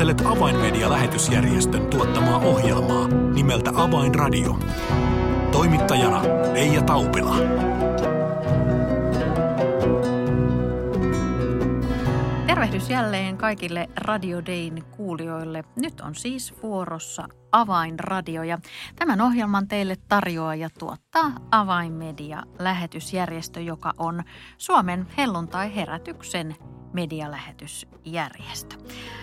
Kuuntelet Avainmedia-lähetysjärjestön tuottamaa ohjelmaa nimeltä Avainradio. Toimittajana Leija Taupila. Tervehdys jälleen kaikille Radio Dayn kuulijoille. Nyt on siis vuorossa Avainradio ja tämän ohjelman teille tarjoaa ja tuottaa Avainmedia-lähetysjärjestö, joka on Suomen helluntai-herätyksen medialähetysjärjestö.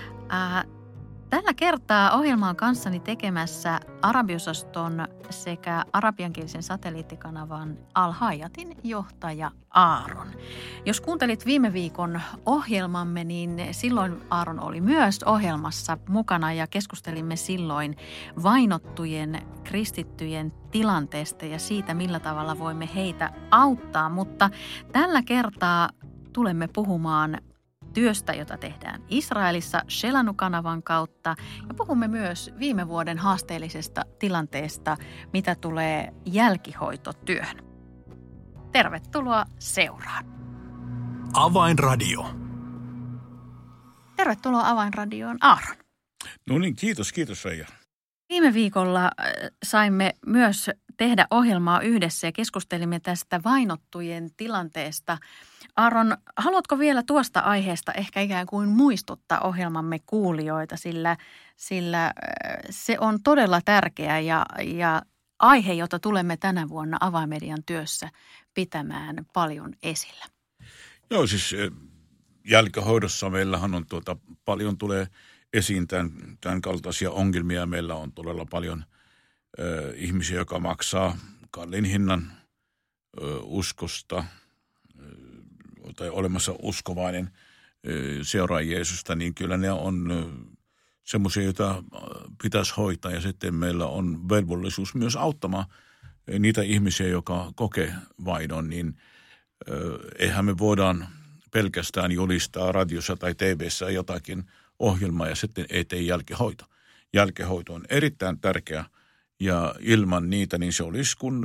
Tällä kertaa ohjelma on kanssani tekemässä arabiosaston sekä arabiankielisen satelliittikanavan Al-Hayatin johtaja Aaron. Jos kuuntelit viime viikon ohjelmamme, niin silloin Aaron oli myös ohjelmassa mukana ja keskustelimme silloin vainottujen kristittyjen tilanteesta ja siitä, millä tavalla voimme heitä auttaa. Mutta tällä kertaa tulemme puhumaan työstä, jota tehdään Israelissa Shelanu-kanavan kautta ja puhumme myös viime vuoden haasteellisesta tilanteesta, mitä tulee jälkihoitotyöhön. Tervetuloa seuraan. Avainradio. Tervetuloa Avainradioon, Aaron. No niin, kiitos Reija. Viime viikolla saimme myös tehdä ohjelmaa yhdessä ja keskustelimme tästä vainottujen tilanteesta. Aaron, haluatko vielä tuosta aiheesta ehkä ikään kuin muistuttaa ohjelmamme kuulijoita, sillä se on todella tärkeä ja aihe, jota tulemme tänä vuonna Avainmedian työssä pitämään paljon esillä. Joo, siis jälkihoidossa meillähän on paljon tulee esiin tämän kaltaisia ongelmia. Meillä on todella paljon ihmisiä, jotka maksaa kalliin hinnan uskosta tai olemassa uskovainen seuraa Jeesusta, niin kyllä ne on semmoisia, joita pitäisi hoitaa. Ja sitten meillä on velvollisuus myös auttamaan niitä ihmisiä, jotka kokee vainon, niin eihän me voidaan pelkästään julistaa radiossa tai TV:ssä jotakin ohjelmaa ja sitten ei tee jälkihoito. Jälkihoito on erittäin tärkeä ja ilman niitä niin se olisi kun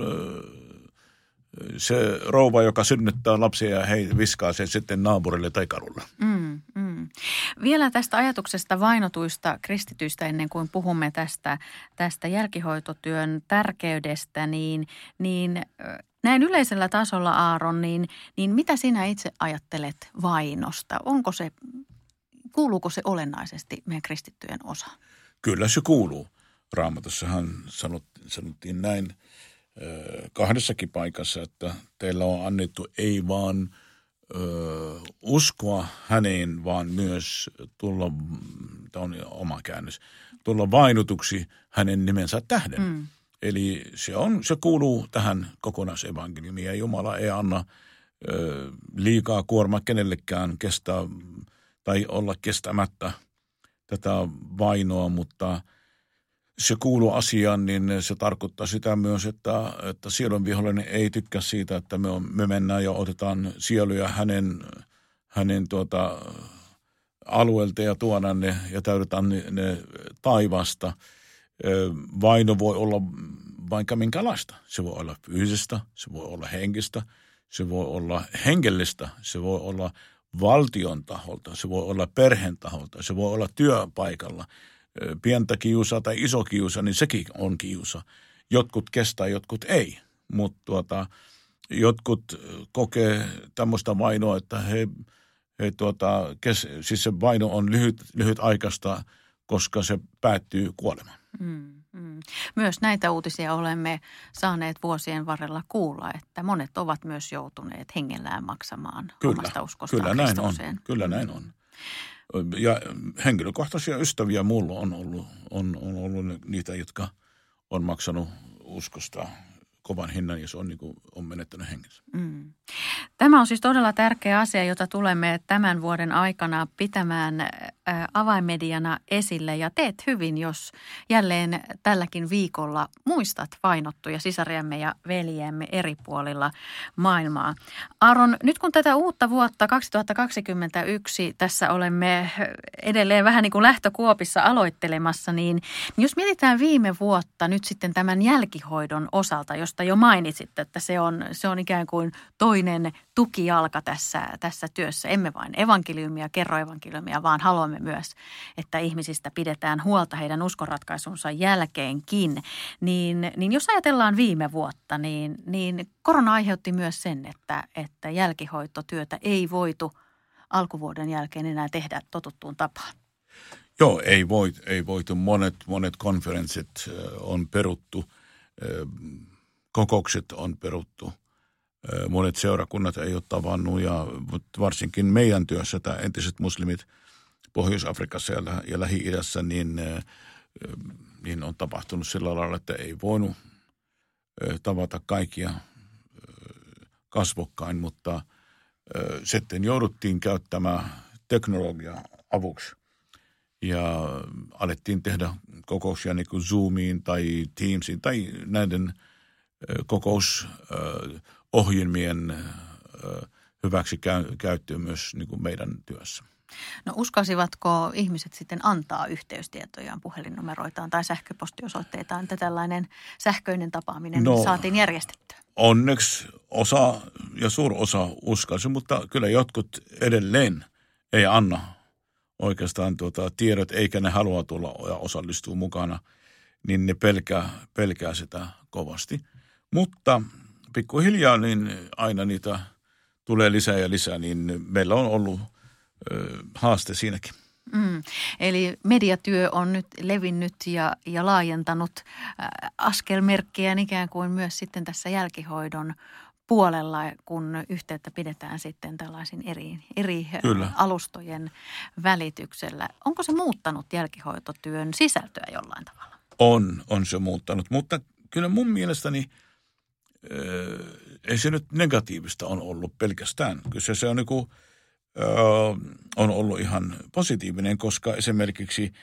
se rouva, joka synnyttää lapsia ja he viskaa sen sitten naapurille tai kadulle. Vielä tästä ajatuksesta vainotuista kristityistä ennen kuin puhumme tästä jälkihoitotyön tärkeydestä, niin näin yleisellä tasolla, Aaron, niin mitä sinä itse ajattelet vainosta? Kuuluuko se olennaisesti meidän kristittyjen osaan? Kyllä se kuuluu. Raamatussahan sanottiin näin kahdessakin paikassa, että teillä on annettu ei vaan uskoa häneen, vaan myös tulla, tämä on oma käännös, tulla vainutuksi hänen nimensä tähden. Eli se kuuluu tähän kokonaisevankeliumiin ja Jumala ei anna liikaa kuormaa kenellekään kestää tai olla kestämättä tätä vainoa, mutta se kuuluu asiaan, niin se tarkoittaa sitä myös, että sielun vihollinen ei tykkää siitä, että me mennään ja otetaan sieluja hänen alueelta ja tuodaan ne ja täydetään ne taivasta. Vaino voi olla vaikka minkälaista. Se voi olla fyysistä, se voi olla henkistä, se voi olla hengellistä, se voi olla valtion taholta, se voi olla perheen taholta, se voi olla työpaikalla. Pientä kiusaa tai iso kiusa, niin sekin on kiusa. Jotkut kestää, jotkut ei. Mutta jotkut kokee tämmöistä vainoa, että siis se vaino on lyhytaikaista, koska se päättyy kuolemaan. Myös näitä uutisia olemme saaneet vuosien varrella kuulla, että monet ovat myös joutuneet hengellään maksamaan omasta uskostaan Kristukseen. Kyllä näin on. Ja henkilökohtaisia ystäviä mulla on ollut niitä, jotka on maksanut uskosta kovan hinnan ja se on menettänyt hengensä. Tämä on siis todella tärkeä asia, jota tulemme tämän vuoden aikana pitämään avainmediana esille. Ja teet hyvin, jos jälleen tälläkin viikolla muistat vainottuja sisariamme ja veljiämme eri puolilla maailmaa. Aaron, nyt kun tätä uutta vuotta 2021 tässä olemme edelleen vähän niin kuin lähtökuopissa aloittelemassa, niin jos mietitään viime vuotta nyt sitten tämän jälkihoidon osalta, jos josta jo mainitsit, että se on ikään kuin toinen tukijalka tässä työssä. Emme vain evankeliumia, kerro evankeliumia, vaan haluamme myös, että ihmisistä pidetään huolta heidän uskonratkaisunsa jälkeenkin. Niin jos ajatellaan viime vuotta, niin korona aiheutti myös sen, että jälkihoitotyötä ei voitu alkuvuoden jälkeen enää tehdä totuttuun tapaan. Joo, ei voitu. Monet konferenssit on peruttu, kokoukset on peruttu. Monet seurakunnat ei ole tavannut ja varsinkin meidän työssä, tämä entiset muslimit Pohjois-Afrikassa ja Lähi-idässä, niin on tapahtunut sillä lailla, että ei voinut tavata kaikkia kasvokkain, mutta sitten jouduttiin käyttämään teknologiaa avuksi. Ja alettiin tehdä kokouksia niin kuin Zoomiin tai Teamsiin tai näiden kokousohjelmien hyväksi käyttöön myös niin kuin meidän työssä. No uskalsivatko ihmiset sitten antaa yhteystietojaan, puhelinnumeroitaan tai sähköpostiosoitteitaan, että tällainen sähköinen tapaaminen saatiin järjestettyä? Onneksi osa ja suuri osa uskalsi, mutta kyllä jotkut edelleen ei anna oikeastaan tiedot, eikä ne halua tulla ja osallistua mukana, niin ne pelkää sitä kovasti. Mutta pikkuhiljaa niin aina niitä tulee lisää ja lisää, niin meillä on ollut haaste siinäkin. Eli mediatyö on nyt levinnyt ja laajentanut askelmerkkejä ikään kuin myös sitten tässä jälkihoidon puolella, kun yhteyttä pidetään sitten tällaisin eri alustojen välityksellä. Onko se muuttanut jälkihoitotyön sisältöä jollain tavalla? On se muuttanut, mutta kyllä mun mielestäni ei se nyt negatiivista on ollut pelkästään. Kyllä se on, on ollut ihan positiivinen, koska esimerkiksi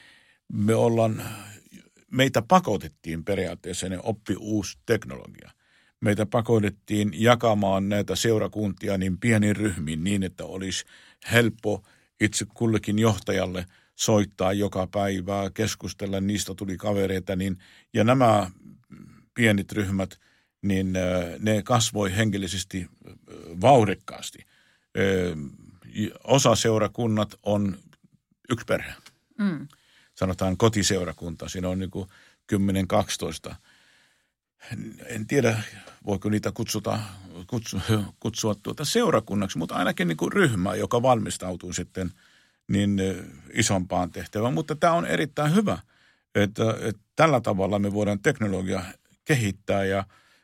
meitä pakotettiin periaatteessa ne oppi uusi teknologia. Meitä pakotettiin jakamaan näitä seurakuntia niin pieniin ryhmiin niin, että olisi helppo itse kullekin johtajalle soittaa joka päivä, keskustella, niistä tuli kavereita. Ja nämä pienet ryhmät, niin ne kasvoi henkilöisesti vauhdikkaasti. Osa seurakunnat on yksi perhe. Sanotaan kotiseurakunta, siinä on niin kuin 10-12. En tiedä, voiko niitä kutsua seurakunnaksi, mutta ainakin niin kuin ryhmä, joka valmistautuu sitten niin isompaan tehtävään. Mutta tämä on erittäin hyvä, että tällä tavalla me voidaan teknologia kehittää ja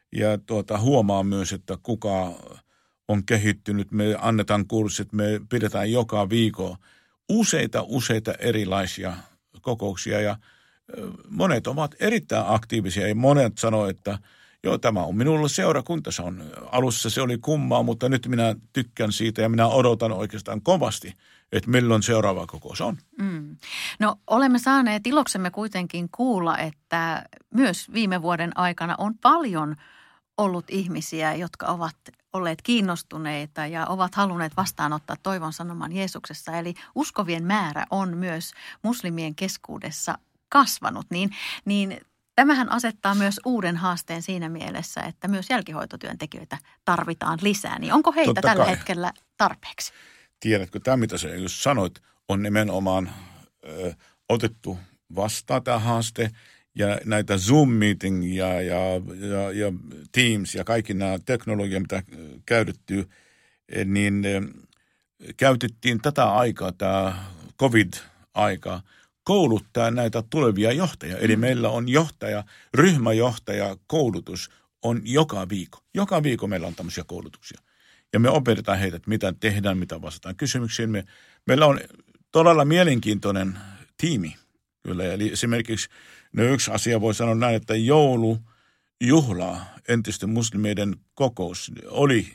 huomaa myös, että kuka on kehittynyt. Me annetaan kurssit, me pidetään joka viikko useita erilaisia kokouksia ja monet ovat erittäin aktiivisia ja monet sanoo, että joo, tämä on minulle seurakunta. Alussa se oli kummaa, mutta nyt minä tykkään siitä ja minä odotan oikeastaan kovasti, että milloin seuraava kokous on. No olemme saaneet iloksemme kuitenkin kuulla, että myös viime vuoden aikana on paljon ollut ihmisiä, jotka ovat olleet kiinnostuneita ja ovat halunneet vastaanottaa toivon sanoman Jeesuksessa. Eli uskovien määrä on myös muslimien keskuudessa kasvanut, niin tämähän asettaa myös uuden haasteen siinä mielessä, että myös jälkihoitotyöntekijöitä tarvitaan lisää. Niin onko heitä tällä hetkellä tarpeeksi? Tiedätkö, tämä mitä sä just sanoit, on nimenomaan otettu vastaan tämä haaste ja näitä Zoom-meeting ja Teams ja kaikki nämä teknologia, mitä käytetty, niin käytettiin tätä aikaa, tämä COVID-aikaa, kouluttaa näitä tulevia johtajia. Eli meillä on ryhmäjohtaja koulutus on joka viikko. Joka viikko meillä on tämmöisiä koulutuksia. Ja me opetetaan heitä, että mitä tehdään, mitä vastataan kysymyksiin. Meillä on todella mielenkiintoinen tiimi. Kyllä. Eli esimerkiksi yksi asia voi sanoa näin, että joulujuhla, entisten muslimeiden kokous, oli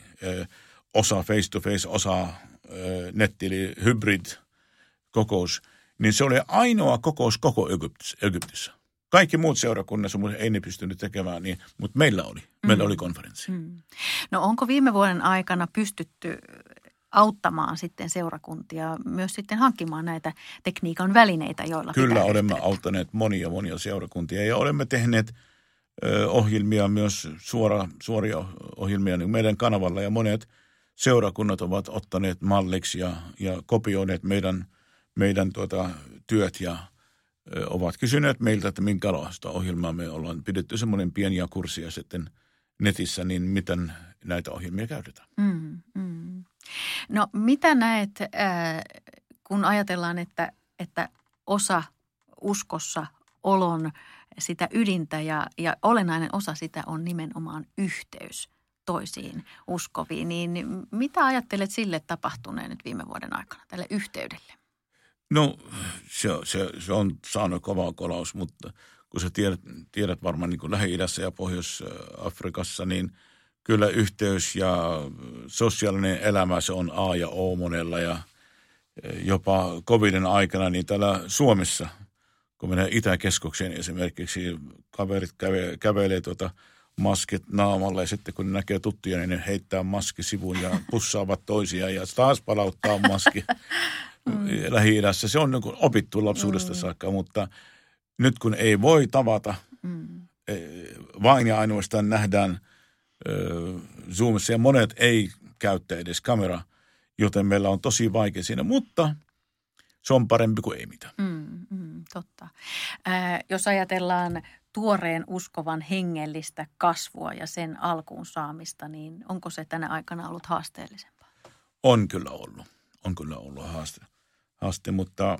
osa face-to-face, osa netti, eli hybrid-kokous. Niin se oli ainoa kokous koko Egyptissä. Kaikki muut seurakunnassa ei ne pystynyt tekemään niin, mutta meillä oli konferenssi. No onko viime vuoden aikana pystytty auttamaan sitten seurakuntia myös sitten hankkimaan näitä tekniikan välineitä, joilla Kyllä olemme auttaneet monia seurakuntia ja olemme tehneet ohjelmia, myös suoria ohjelmia niin meidän kanavalla. Ja monet seurakunnat ovat ottaneet malliksi ja kopioineet meidän työt ja ovat kysyneet meiltä, että minkälaista ohjelmaa me ollaan pidetty semmoinen pieniä kurssia sitten netissä, niin miten näitä ohjelmia käytetään. No mitä näet, kun ajatellaan, että osa uskossa olon sitä ydintä ja olennainen osa sitä on nimenomaan yhteys toisiin uskoviin, niin mitä ajattelet sille tapahtuneen nyt viime vuoden aikana, tälle yhteydelle? No se on saanut kovaa kolaus, mutta kun sä tiedät varmaan niin kuin Lähi-idässä ja Pohjois-Afrikassa, niin kyllä yhteys ja sosiaalinen elämä, se on A ja O monella ja jopa covidin aikana, niin täällä Suomessa, kun menee Itäkeskukseen esimerkiksi, kaverit kävelee maskit naamalla ja sitten kun ne näkee tuttuja, niin ne heittää maski sivuun ja pussaavat toisiaan ja taas palauttaa maski. Lähi-idässä se on niin kuin opittu lapsuudesta saakka, mutta nyt kun ei voi tavata, vain ja ainoastaan nähdään Zoomissa ja monet ei käytä edes kameraa, joten meillä on tosi vaikea siinä, mutta se on parempi kuin ei mitään. Totta. Jos ajatellaan tuoreen uskovan hengellistä kasvua ja sen alkuun saamista, niin onko se tänä aikana ollut haasteellisempaa? On kyllä ollut haaste, mutta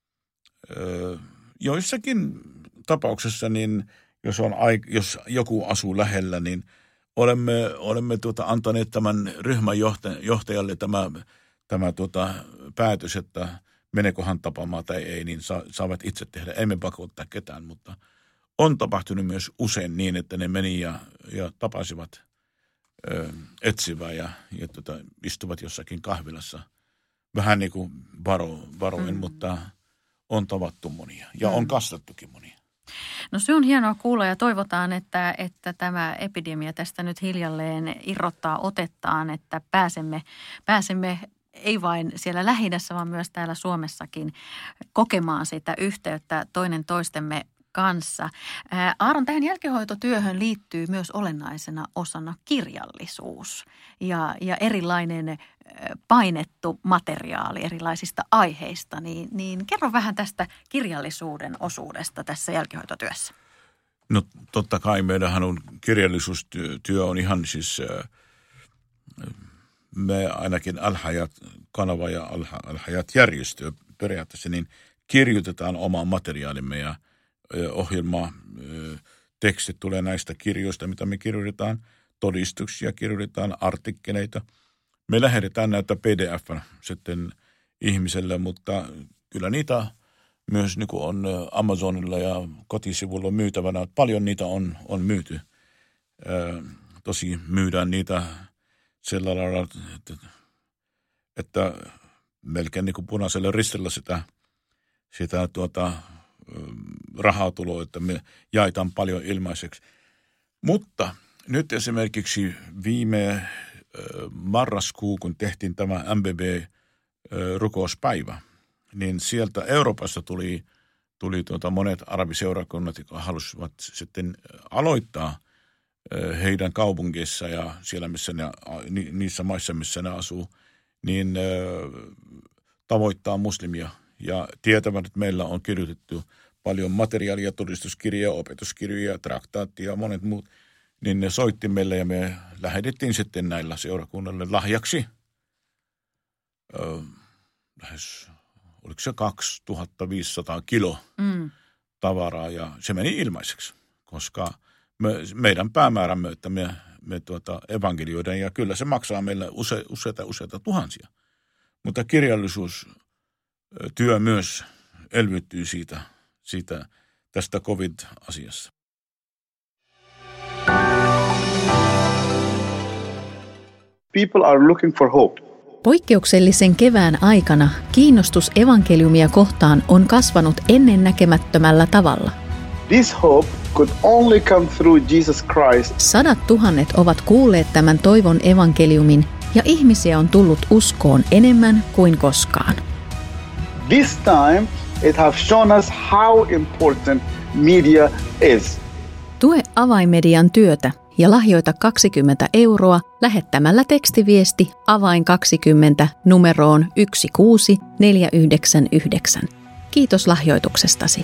joissakin tapauksessa, niin jos joku asuu lähellä, niin olemme antaneet tämän ryhmän johtajalle tämä päätös, että meneekohan tapaamaan tai ei, niin saavat itse tehdä. Emme pakottaa ketään, mutta on tapahtunut myös usein niin, että ne meni ja tapasivat etsivää ja istuvat jossakin kahvilassa. Vähän niin kuin varoen, mutta on tavattu monia ja on kasvattukin monia. No se on hienoa kuulla ja toivotaan, että tämä epidemia tästä nyt hiljalleen irrottaa otettaan, että pääsemme ei vain siellä Lähi-idässä, vaan myös täällä Suomessakin kokemaan sitä yhteyttä toinen toistemme kanssa. Aaron, tähän jälkihoitotyöhön liittyy myös olennaisena osana kirjallisuus ja erilainen painettu materiaali erilaisista aiheista. Niin kerro vähän tästä kirjallisuuden osuudesta tässä jälkihoitotyössä. No totta kai meillähän on kirjallisuustyö on ihan siis, me ainakin Al-Hayat-kanava ja Al-Hayat-järjestö periaatteessa, niin kirjoitetaan oman materiaalimme ja ohjelma, tekstit tulee näistä kirjoista, mitä me kirjoitetaan, todistuksia kirjoitetaan, artikkeleita. Me lähetetään näitä PDF sitten ihmiselle, mutta kyllä niitä myös niin kuin on Amazonilla ja kotisivulla myytävänä. Paljon niitä on myyty. Tosi myydään niitä sillä lailla, että melkein niin kuin Punaisella Ristillä sitä rahaa tuloa, että me jaetaan paljon ilmaiseksi. Mutta nyt esimerkiksi viime marraskuu, kun tehtiin tämä MBB-rukouspäivä, niin sieltä Euroopassa tuli monet arabiseurakunnat, jotka halusivat sitten aloittaa heidän kaupungeissa ja siellä, missä niissä maissa, missä ne asuu, niin tavoittaa muslimia. Ja tietävät, että meillä on kirjoitettu paljon materiaalia, todistuskirjoja, opetuskirjoja, traktaattia ja monet muut. Niin ne soitti meille ja me lähetettiin sitten näillä seurakunnalle lahjaksi. Lähes, oliko se 2500 kilo tavaraa ja se meni ilmaiseksi, koska meidän päämäärämme, että me evankelioidaan ja kyllä se maksaa meille useita tuhansia. Mutta kirjallisuustyö myös elvyttyy tästä COVID-asiassa. People are looking for hope. Poikkeuksellisen kevään aikana kiinnostus evankeliumia kohtaan on kasvanut ennennäkemättömällä tavalla. This hope could only come through Jesus Christ. 100 000 ovat kuulleet tämän toivon evankeliumin ja ihmisiä on tullut uskoon enemmän kuin koskaan. This time it has shown us how important media is. Tue Avainmedian työtä ja lahjoita 20 € lähettämällä tekstiviesti avain20 numeroon 16499. Kiitos lahjoituksestasi.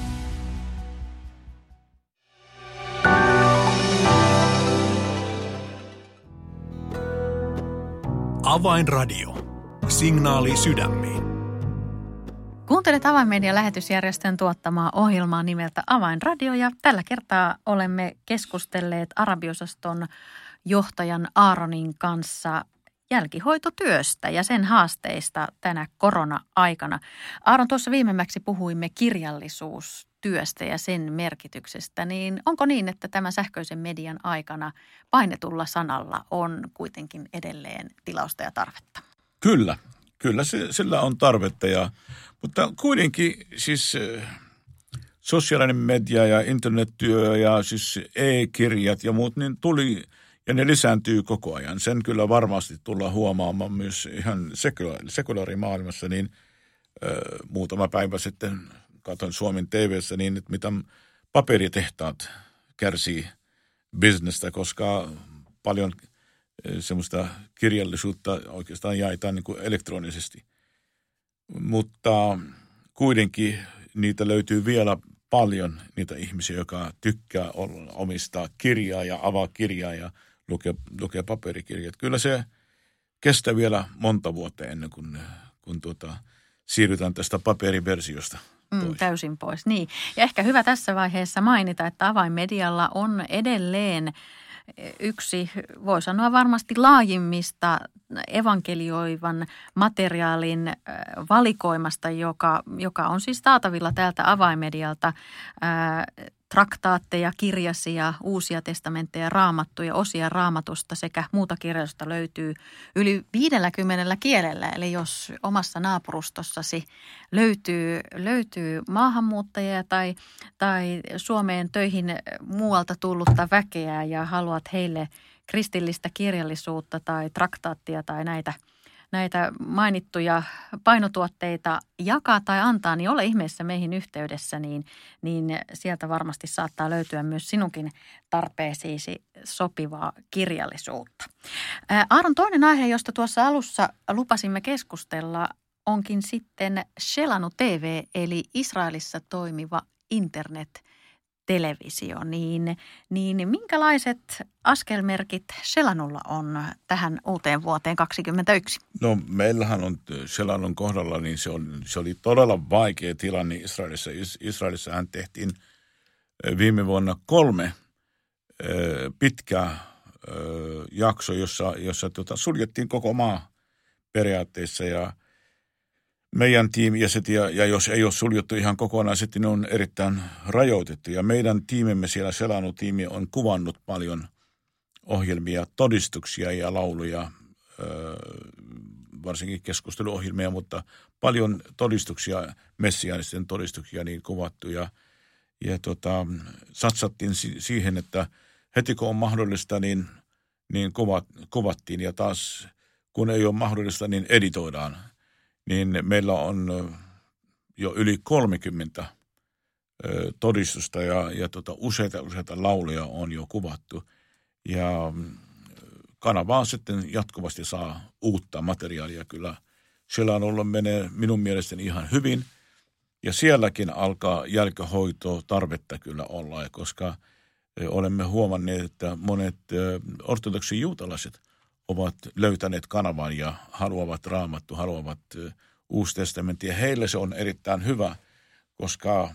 Avainradio. Signaali sydämiin. Kuuntelet Avainmedian lähetysjärjestön tuottamaa ohjelmaa nimeltä Avainradio ja tällä kertaa olemme keskustelleet arabiosaston johtajan Aaronin kanssa jälkihoitotyöstä ja sen haasteista tänä korona-aikana. Aaron, tuossa viimemmäksi puhuimme kirjallisuustyöstä ja sen merkityksestä, niin onko niin, että tämän sähköisen median aikana painetulla sanalla on kuitenkin edelleen tilausta ja tarvetta? Kyllä sillä on tarvetta, mutta kuitenkin siis sosiaalinen media ja internettyö ja siis e-kirjat ja muut niin tuli ja ne lisääntyy koko ajan. Sen kyllä varmasti tullaan huomaamaan myös ihan sekulaarimaailmassa, niin muutama päivä sitten katsoin Suomen TV:ssä niin, että mitä paperitehtaat kärsii bisnestä, koska paljon semmoista kirjallisuutta oikeastaan jaetaan niin kuin elektronisesti. Mutta kuitenkin niitä löytyy vielä paljon, niitä ihmisiä, jotka tykkää omistaa kirjaa ja avaa kirjaa ja lukea paperikirjat. Kyllä se kestää vielä monta vuotta ennen kuin siirrytään tästä paperiversiosta pois. Täysin pois, niin. Ja ehkä hyvä tässä vaiheessa mainita, että Avainmedialla on edelleen yksi, voi sanoa varmasti laajimmista evankelioivan materiaalin valikoimasta, joka on siis saatavilla täältä Avainmedialta. Traktaatteja, kirjasia, uusia testamentteja, raamattuja, osia raamatusta sekä muuta kirjallisuutta löytyy yli 50 kielellä. Eli jos omassa naapurustossasi löytyy maahanmuuttajia tai Suomeen töihin muualta tullutta väkeä ja haluat heille kristillistä kirjallisuutta tai traktaattia tai näitä mainittuja painotuotteita jakaa tai antaa, niin ole ihmeessä meihin yhteydessä, niin sieltä varmasti saattaa löytyä myös sinunkin tarpeisiisi sopivaa kirjallisuutta. Aaron, toinen aihe, josta tuossa alussa lupasimme keskustella, onkin sitten Shelanu TV, eli Israelissa toimiva internet-televisio. Niin minkälaiset askelmerkit Shelanulla on tähän uuteen vuoteen 2021? No meillähän on Shelanun kohdalla, niin se oli todella vaikea tilanne Israelissa. Israelissahan tehtiin viime vuonna 3 pitkää jakso, jossa suljettiin koko maa periaatteessa ja meidän tiimi ja jos ei ole suljettu ihan kokonaan, sitten ne on erittäin rajoitettu. Ja meidän tiimimme siellä, Selanu-tiimi, on kuvannut paljon ohjelmia, todistuksia ja lauluja, varsinkin keskusteluohjelmia, mutta paljon todistuksia, messiaanisten todistuksia niin kuvattu. Ja satsattiin siihen, että heti kun on mahdollista, niin kuvattiin ja taas kun ei ole mahdollista, niin editoidaan. Niin meillä on jo yli 30 todistusta ja useita lauluja on jo kuvattu. Ja kanavaa sitten jatkuvasti saa uutta materiaalia kyllä. Siellä on ollut menee minun mielestäni ihan hyvin. Ja sielläkin alkaa jälkihoitotarvetta kyllä olla, koska olemme huomanneet, että monet ortodoksi juutalaiset ovat löytäneet kanavan ja haluavat raamattu, haluavat Uusi testamentti. Ja heille se on erittäin hyvä, koska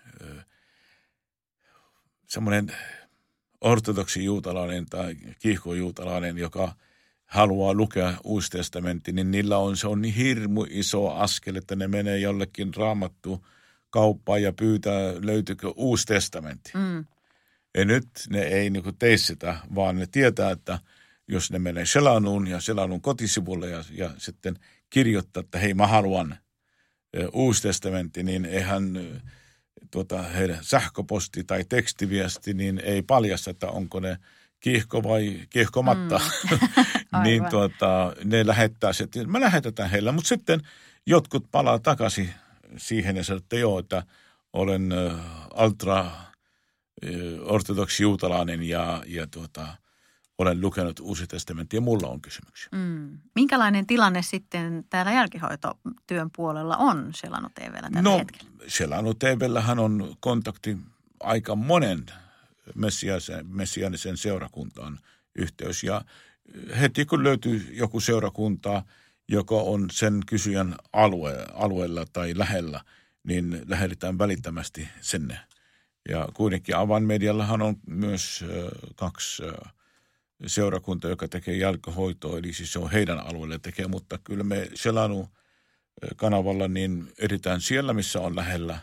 semmoinen ortodoksi juutalainen tai kiihkojuutalainen, joka haluaa lukea Uusi testamentti, niin se on niin hirmu iso askel, että ne menee jollekin raamattu kauppaan ja pyytää, löytyykö Uusi testamentti. Ja nyt ne ei niin kuin tee sitä, vaan ne tietää, että jos ne menee Shelanuun ja Shelanun kotisivulle ja sitten kirjoittaa, että hei mä haluan Uusi testamentti, niin eihän heidän sähköposti tai tekstiviesti, niin ei paljasta, että onko ne kiihko vai kiihkomatta. Niin ne lähettää sitten, me lähetetään heillä, mutta sitten jotkut palaa takaisin siihen ja sanoo, että joo, että olen ultra ortodoksi juutalainen ja olen lukenut Uusi testamentti ja mulla on kysymyksiä. Minkälainen tilanne sitten täällä jälkihoitotyön puolella on Selanu TV:llä tällä hetkellä? Selanu TV:llähän on kontakti aika monen messiaanisen seurakuntaan yhteys. Ja heti kun löytyy joku seurakunta, joka on sen kysyjän alueella tai lähellä, niin lähdetään välittömästi sinne. Ja kuitenkin Avainmediallahan on myös 2 seurakuntaa, joka tekee jälkihoitoa, eli siis se on heidän alueelle tekee, mutta kyllä me Selanu-kanavalla niin edetään siellä, missä on lähellä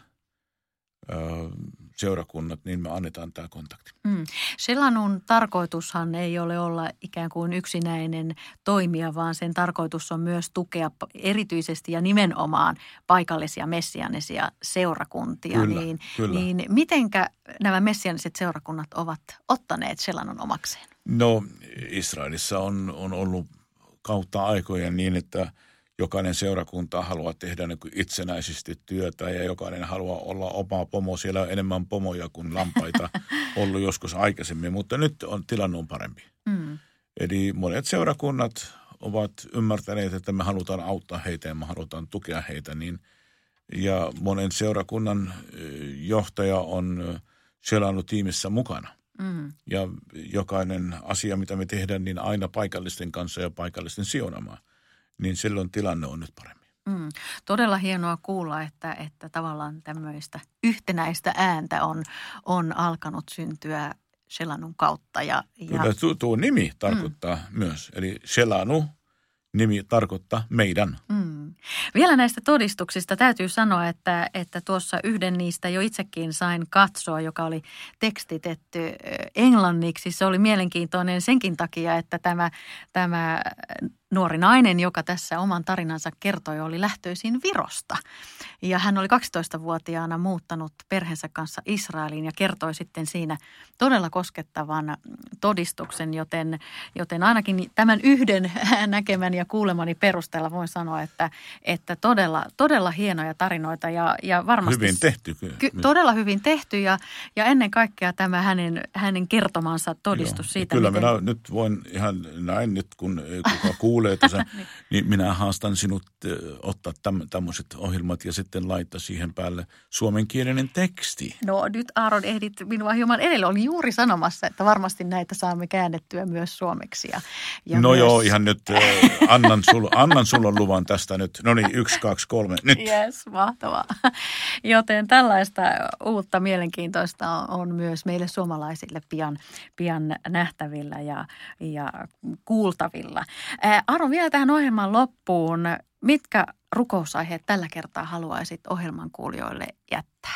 seurakunnat, niin me annetaan tämä kontakti. Selanun tarkoitushan ei ole olla ikään kuin yksinäinen toimija, vaan sen tarkoitus on myös tukea erityisesti ja nimenomaan paikallisia messiaanisia seurakuntia. Kyllä. Niin mitenkä nämä messiaaniset seurakunnat ovat ottaneet Selanun omakseen? No Israelissa on ollut kautta aikojen niin, että jokainen seurakunta haluaa tehdä niin kuin itsenäisesti työtä ja jokainen haluaa olla oma pomo. Siellä on enemmän pomoja kuin lampaita ollut joskus aikaisemmin, mutta nyt tilanne on parempi. Eli monet seurakunnat ovat ymmärtäneet, että me halutaan auttaa heitä ja me halutaan tukea heitä. Ja monen seurakunnan johtaja on Selanu-tiimissä mukana. Ja jokainen asia, mitä me tehdään, niin aina paikallisten kanssa ja paikallisten siunaamaan. Niin silloin tilanne on nyt paremmin. Todella hienoa kuulla, että tavallaan tämmöistä yhtenäistä ääntä on alkanut syntyä Selanun kautta. Kyllä tuo nimi tarkoittaa myös, eli Selanu nimi tarkoittaa meidän. Vielä näistä todistuksista täytyy sanoa, että tuossa yhden niistä jo itsekin sain katsoa, joka oli tekstitetty englanniksi. Se oli mielenkiintoinen senkin takia, että tämä nuori nainen, joka tässä oman tarinansa kertoi, oli lähtöisin Virosta. Ja hän oli 12-vuotiaana muuttanut perheensä kanssa Israeliin ja kertoi sitten siinä todella koskettavan todistuksen, joten ainakin tämän yhden näkemän ja kuulemani perusteella voin sanoa, että todella hienoja tarinoita ja varmasti hyvin tehty. Todella hyvin tehty ja ennen kaikkea tämä hänen kertomansa todistus siitä. Kyllä minä nyt voin ihan näin nyt, kun kuka kuulee tässä, niin minä haastan sinut ottaa tämmöiset ohjelmat ja sitten laittaa siihen päälle suomenkielinen teksti. No nyt Aaron ehdit minua hieman edellä. Olin juuri sanomassa, että varmasti näitä saamme käännettyä myös suomeksi. Ja no myös... joo, ihan nyt annan sulle luvan tästä nyt. No niin, 1, 2, 3, nyt. Yes, mahtavaa. Joten tällaista uutta mielenkiintoista on myös meille suomalaisille pian nähtävillä ja kuultavilla. Aaron, vielä tähän ohjelman loppuun. Mitkä rukousaiheet tällä kertaa haluaisit ohjelman kuulijoille jättää?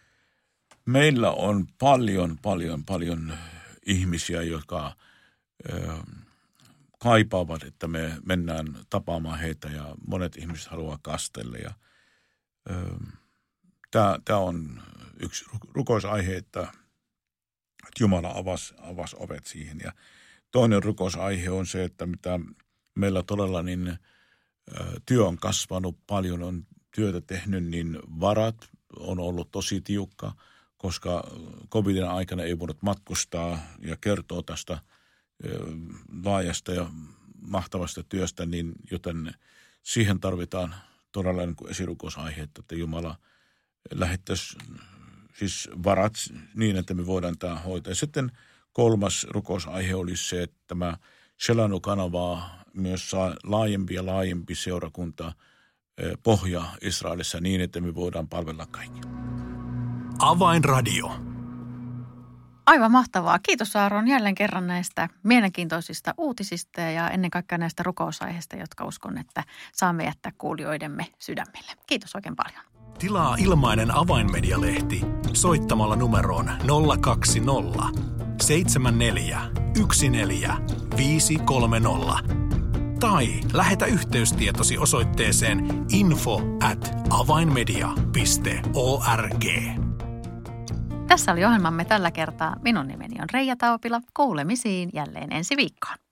Meillä on paljon ihmisiä, jotka kaipaavat, että me mennään tapaamaan heitä ja monet ihmiset haluaa kastella. Tämä on yksi rukousaihe, että Jumala avasi ovet siihen. Ja toinen rukousaihe on se, että mitä meillä todella niin työ on kasvanut paljon, on työtä tehnyt, niin varat on ollut tosi tiukka, koska covidin aikana ei voinut matkustaa ja kertoa tästä laajasta ja mahtavasta työstä, niin joten siihen tarvitaan todella niin kuin esirukousaihe, että Jumala lähettäisi siis varat niin, että me voidaan tämä hoitaa. Ja sitten 3. rukousaihe olisi se, että tämä Selanu-kanavaa myös saa laajempi seurakunta pohja Israelissa niin, että me voidaan palvella kaikki. Avainradio. Aivan mahtavaa. Kiitos Aaron jälleen kerran näistä mielenkiintoisista uutisista ja ennen kaikkea näistä rukousaiheista, jotka uskon, että saamme jättää kuulijoidemme sydämille. Kiitos oikein paljon. Tilaa ilmainen Avainmedia-lehti soittamalla numeroon 020 74 14 530 tai lähetä yhteystietosi osoitteeseen info@avainmedia.org. Tässä oli ohjelmamme tällä kertaa. Minun nimeni on Reija Taupila. Kuulemisiin jälleen ensi viikkoon.